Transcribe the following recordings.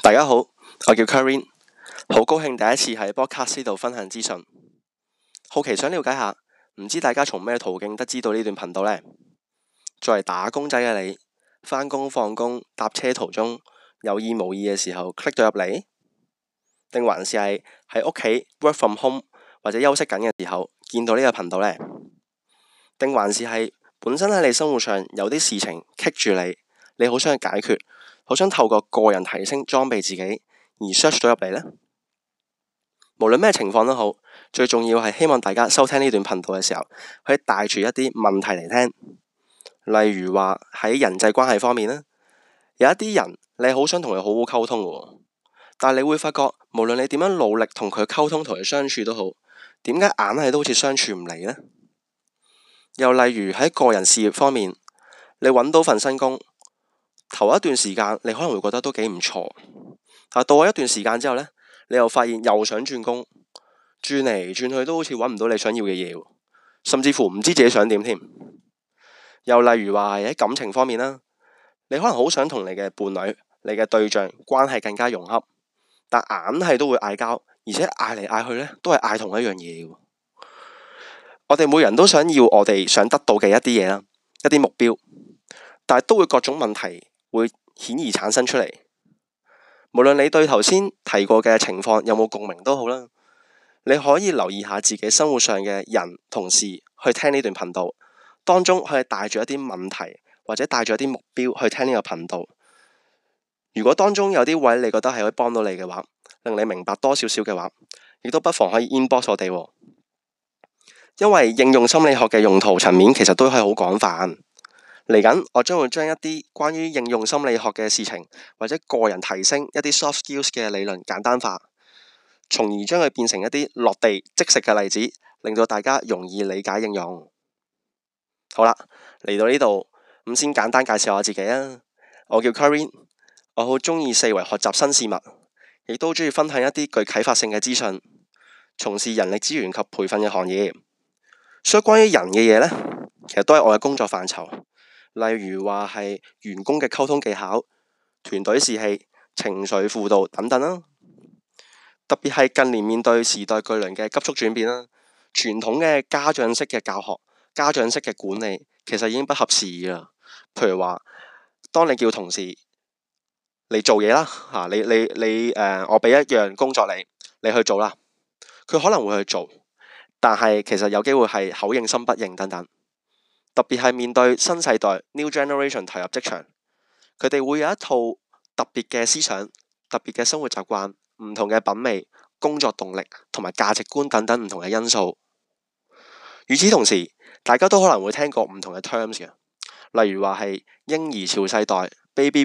大家好，我叫 Karin， 好高興第一次喺 Podcast 呢度分享資訊。好奇想了解下，唔知大家從咩途徑得知到呢段頻道呢？作為打工仔嘅你，返工放工搭車途中有意無意嘅時候 click 到入嚟，定還是係喺屋企 work from home 或者休息緊嘅時候見到呢個頻道呢？定還是係本身喺你生活上有啲事情棘住你好想去解決，好想透過個人提升裝備自己而 search 到入嚟呢？無論咩情況都好，最重要係希望大家收聽呢段頻道嘅時候，可以帶住一啲問題嚟聽。例如話喺人際關係方面咧，有一啲人你好想同佢好好溝通嘅，但係你會發覺無論你點樣努力同佢溝通同佢相處都好，點解硬係都好似相處唔嚟呢？又例如喺個人事業方面，你揾到份新工，頭一段時間你可能會覺得都幾唔錯，但到咗一段時間之後呢，你又發現又想轉工，轉嚟轉去都好似揾唔到你想要嘅嘢，甚至乎唔知自己想點添。又例如話喺感情方面啦，你可能好想同你嘅伴侶、你嘅對象關係更加融洽，但硬係都會嗌交，而且嗌嚟嗌去呢都係嗌同一樣嘢。我哋每人都想要我哋想得到嘅一啲嘢啦，一啲目標，但係都會各種問題會顯而產生出嚟。無論你對頭先提過嘅情況有冇共鳴都好啦，你可以留意下自己生活上嘅人同事去聽呢段頻道，當中可以帶住一啲問題或者帶住一啲目標去聽呢個頻道。如果當中有啲位你覺得係可以幫到你嘅話，令你明白多少少嘅話，亦都不妨可以 inbox 我哋。因為應用心理學嘅用途層面其實都係好廣泛。嚟緊我將會將一啲關於應用心理學嘅事情或者個人提升一啲 soft skills 嘅理論簡單化，從而將佢變成一啲落地即食嘅例子，令到大家容易理解應用。好啦，嚟到呢度咁先簡單介紹我自己啊。我叫 Karin， 我好中意四圍學習新事物，亦都中意分享一啲具啟發性嘅資訊，從事人力資源及培訓嘅行業。所以關於人嘅嘢呢，其實都係我嘅工作範疇，例如話係員工嘅溝通技巧、團隊士氣、情緒輔導等等啦。特別係近年面對時代巨輪嘅急速轉變啦，傳統嘅家長式嘅教學、家長式嘅管理，其實已經不合時宜啦。譬如話，當你叫同事嚟做嘢啦，我俾一樣工作你去做啦，佢可能會去做。但係其實有機會係口應心不應等等，特別係面對新世代 New Generation 投入職場，佢哋會有一套特別嘅思想、特別嘅生活習慣、唔同嘅品味、工作動力同埋價值觀等等唔同嘅因素。與此同時，大家都可能會聽過唔同嘅 terms 嘅，例如話係嬰兒潮世代 Baby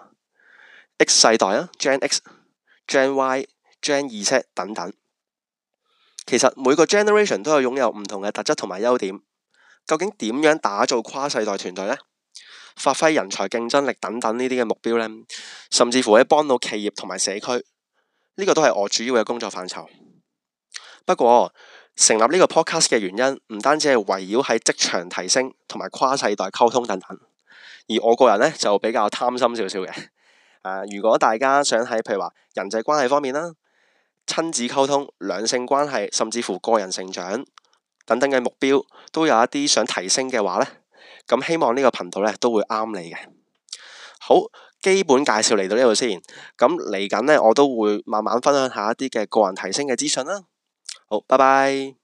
Boomer、X 世代啊 Gen X、Gen Y、Gen Z 等等。其實每個 generation 都有擁有唔同嘅特質同埋優點，究竟點樣打造跨世代團隊呢？發揮人才競爭力等等呢啲嘅目標呢？甚至乎可以幫到企業同埋社區，呢個都係我主要嘅工作範疇。不過成立呢個 podcast 嘅原因唔單止係圍繞喺職場提升同埋跨世代溝通等等，而我個人呢，就比較貪心少少嘅。如果大家想喺譬如話人際關係方面啦，親子溝通、兩性關係，甚至乎個人成長等等嘅目標，都有一啲想提升嘅話呢，咁希望呢個頻道呢都會啱你嘅。好，基本介紹嚟到呢度先，咁嚟緊呢，我都會慢慢分享下一啲嘅個人提升嘅資訊啦。好，拜拜。